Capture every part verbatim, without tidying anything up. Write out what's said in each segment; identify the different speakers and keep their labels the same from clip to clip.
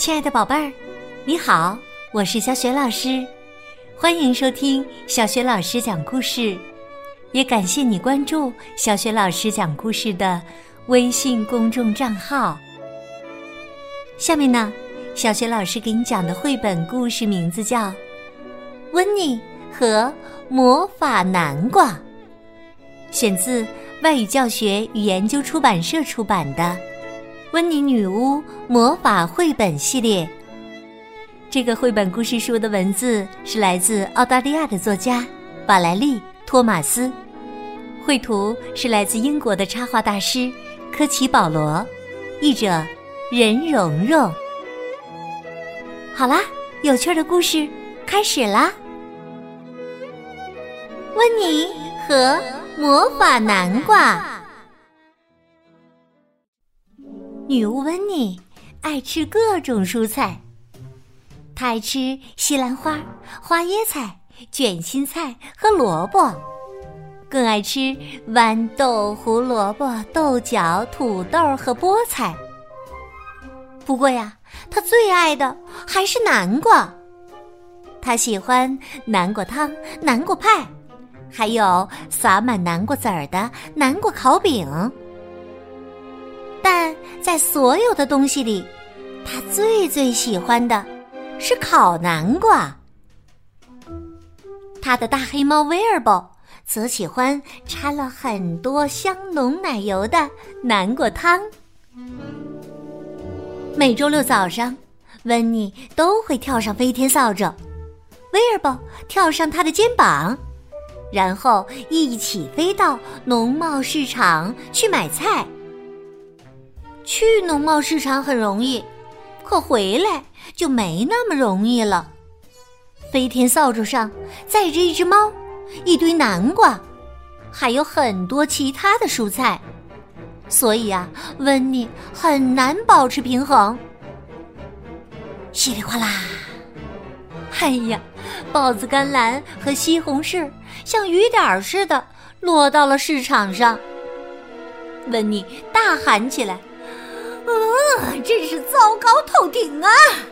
Speaker 1: 亲爱的宝贝儿，你好，我是小雪老师，欢迎收听小雪老师讲故事，也感谢你关注小雪老师讲故事的微信公众账号。下面呢，小雪老师给你讲的绘本故事名字叫《温妮和魔法南瓜》，选自外语教学与研究出版社出版的温妮女巫魔法绘本系列。这个绘本故事书的文字是来自澳大利亚的作家宝莱利·托马斯，绘图是来自英国的插画大师科奇·保罗，译者任蓉蓉。好啦，有趣的故事开始啦！温妮和魔法南瓜。女巫温妮爱吃各种蔬菜，她爱吃西兰花、花椰菜、卷心菜和萝卜，更爱吃豌豆、胡萝卜、豆角、土豆和菠菜。不过呀，她最爱的还是南瓜。她喜欢南瓜汤、南瓜派，还有撒满南瓜籽儿的南瓜烤饼。但在所有的东西里，他最最喜欢的是烤南瓜。他的大黑猫威尔伯则喜欢掺了很多香浓奶油的南瓜汤。每周六早上，温妮都会跳上飞天扫帚，威尔伯跳上他的肩膀，然后一起飞到农贸市场去买菜。去农贸市场很容易，可回来就没那么容易了。飞天扫帚上载着一只猫，一堆南瓜，还有很多其他的蔬菜，所以啊，温妮很难保持平衡。稀里哗啦，哎呀，豹子甘蓝和西红柿像雨点似的落到了市场上。温妮大喊起来，啊，真是糟糕透顶啊！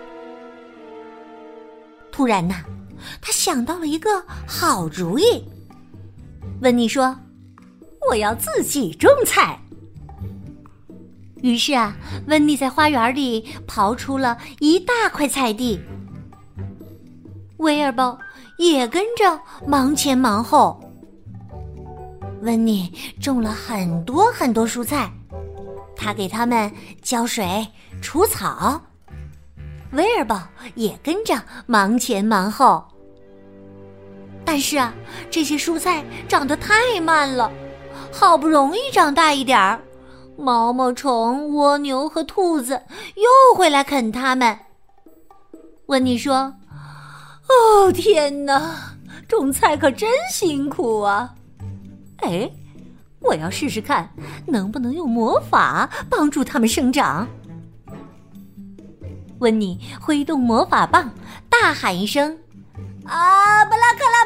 Speaker 1: 突然呐，他想到了一个好主意。温妮说，我要自己种菜。于是啊，温妮在花园里刨出了一大块菜地。威尔伯也跟着忙前忙后。温妮种了很多很多蔬菜，他给它们浇水、除草。威尔伯也跟着忙前忙后。但是啊，这些蔬菜长得太慢了，好不容易长大一点儿，毛毛虫、蜗牛和兔子又会来啃它们。温妮说，哦，天哪，种菜可真辛苦啊！哎，我要试试看能不能用魔法帮助它们生长。温妮挥动魔法棒，大喊一声，啊，布拉卡拉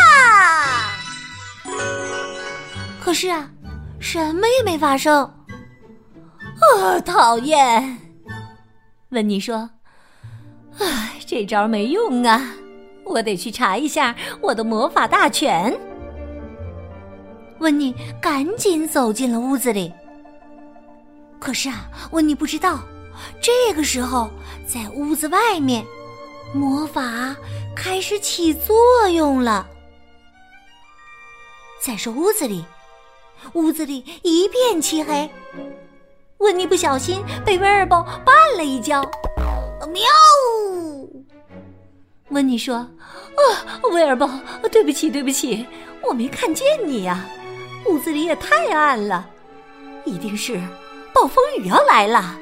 Speaker 1: 布拉！可是啊，什么也没发生。啊，讨厌！温妮说，唉，这招没用啊，我得去查一下我的魔法大全。温妮赶紧走进了屋子里。可是啊，温妮不知道，这个时候在屋子外面，魔法开始起作用了。再说屋子里，屋子里一片漆黑。温妮不小心被威尔伯绊了一跤，喵！温妮说，啊，威尔伯，对不起对不起，我没看见你呀，屋子里也太暗了，一定是暴风雨要来了。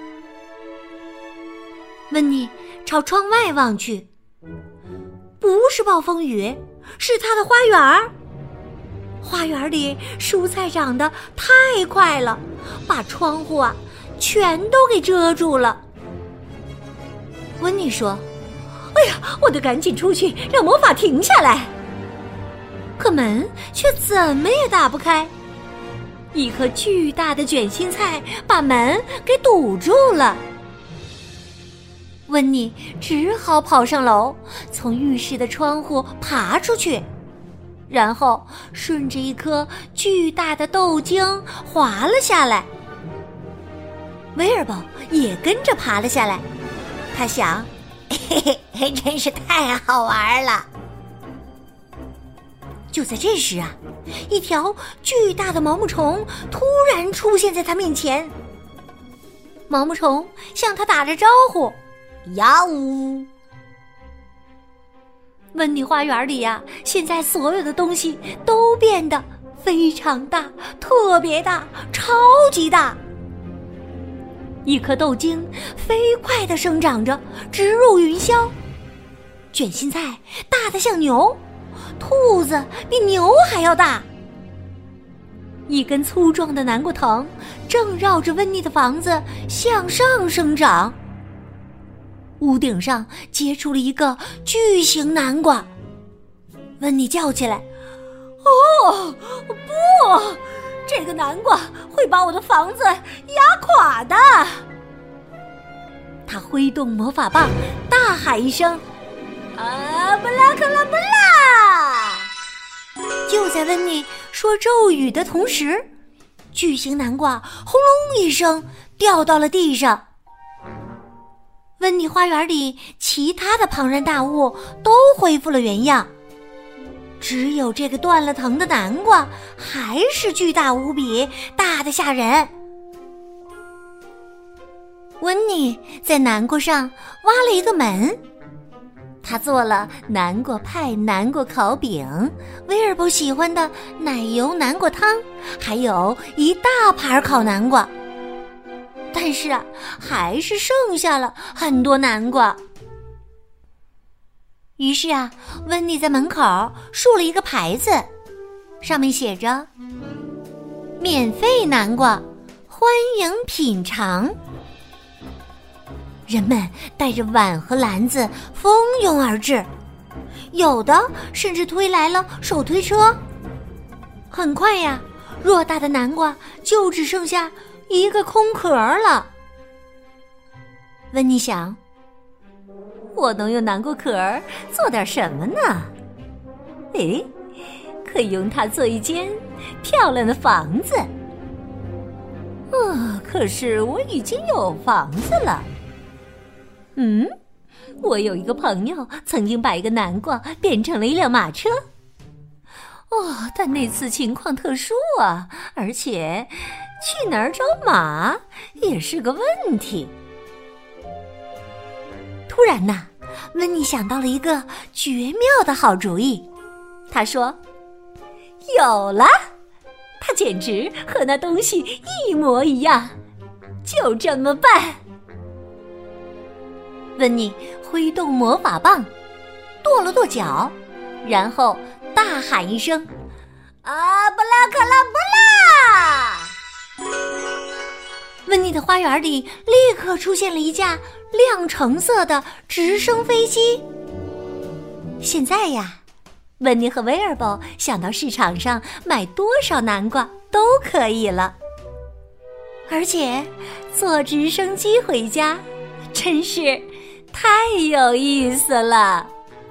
Speaker 1: 温妮朝窗外望去，不是暴风雨，是他的花园。花园里蔬菜长得太快了，把窗户啊全都给遮住了。温妮说，哎呀，我得赶紧出去让魔法停下来。可门却怎么也打不开，一颗巨大的卷心菜把门给堵住了。 温妮只好跑上楼，从浴室的窗户爬出去，然后顺着一颗巨大的豆茎滑了下来。威尔伯也跟着爬了下来，他想，嘿嘿嘿，真是太好玩了。就在这时啊，一条巨大的毛毛虫突然出现在他面前。毛毛虫向他打着招呼，呀呜！温妮花园里呀、啊，现在所有的东西都变得非常大，特别大，超级大。一颗豆茎飞快地生长着，直入云霄。卷心菜大得像牛，兔子比牛还要大。一根粗壮的南瓜藤正绕着温妮的房子向上生长，屋顶上结出了一个巨型南瓜。温妮叫起来：“哦，不！这个南瓜会把我的房子压垮的！”他挥动魔法棒，大喊一声：“啊，布拉克拉布拉！”就在温妮说咒语的同时，巨型南瓜轰隆一声掉到了地上。温妮花园里其他的庞然大物都恢复了原样，只有这个断了藤的南瓜还是巨大无比，大得吓人。温妮在南瓜上挖了一个门，他做了南瓜派、南瓜烤饼，威尔伯喜欢的奶油南瓜汤，还有一大盘烤南瓜。但是啊，还是剩下了很多南瓜。于是啊，温妮在门口竖了一个牌子，上面写着：“免费南瓜，欢迎品尝。”人们带着碗和篮子蜂拥而至，有的甚至推来了手推车。很快呀，偌大的南瓜就只剩下一个空壳了。温妮想，我能用南瓜壳做点什么呢？诶，可以用它做一间漂亮的房子。哦，可是我已经有房子了。嗯，我有一个朋友曾经把一个南瓜变成了一辆马车。哦，但那次情况特殊啊，而且去哪儿找马也是个问题。突然呐，温妮想到了一个绝妙的好主意。他说：“有了！”它简直和那东西一模一样，就这么办。温妮挥动魔法棒，跺了跺脚，然后大喊一声：“啊，布拉克拉布拉！”温妮的花园里立刻出现了一架亮橙色的直升飞机。现在呀，温妮和威尔伯想到市场上买多少南瓜都可以了。而且坐直升机回家真是太有意思了。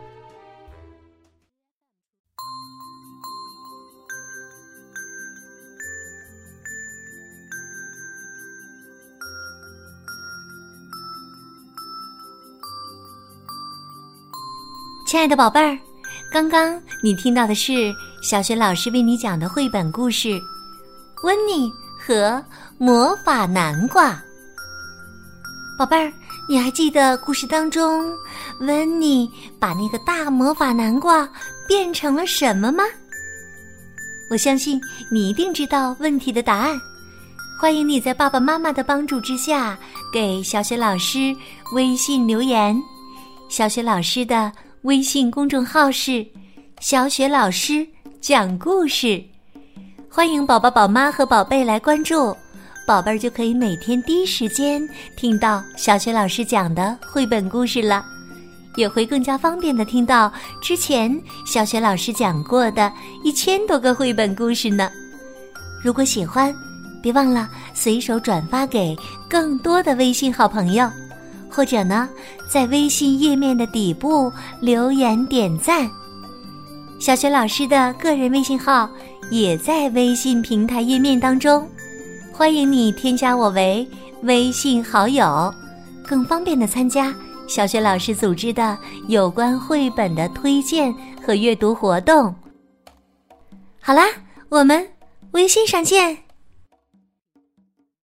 Speaker 1: 亲爱的宝贝儿，刚刚你听到的是小雪老师为你讲的绘本故事《温妮和魔法南瓜》。宝贝儿，你还记得故事当中温妮把那个大魔法南瓜变成了什么吗？我相信你一定知道问题的答案。欢迎你在爸爸妈妈的帮助之下给小雪老师微信留言。小雪老师的微信公众号是小雪老师讲故事，欢迎宝宝宝妈和宝贝来关注，宝贝儿就可以每天第一时间听到小雪老师讲的绘本故事了，也会更加方便的听到之前小雪老师讲过的一千多个绘本故事呢。如果喜欢，别忘了随手转发给更多的微信好朋友， 或者呢，在微信页面的底部留言点赞。小雪老师的个人微信号也在微信平台页面当中，欢迎你添加我为微信好友，更方便的参加小雪老师组织的有关绘本的推荐和阅读活动。好啦，我们微信上见。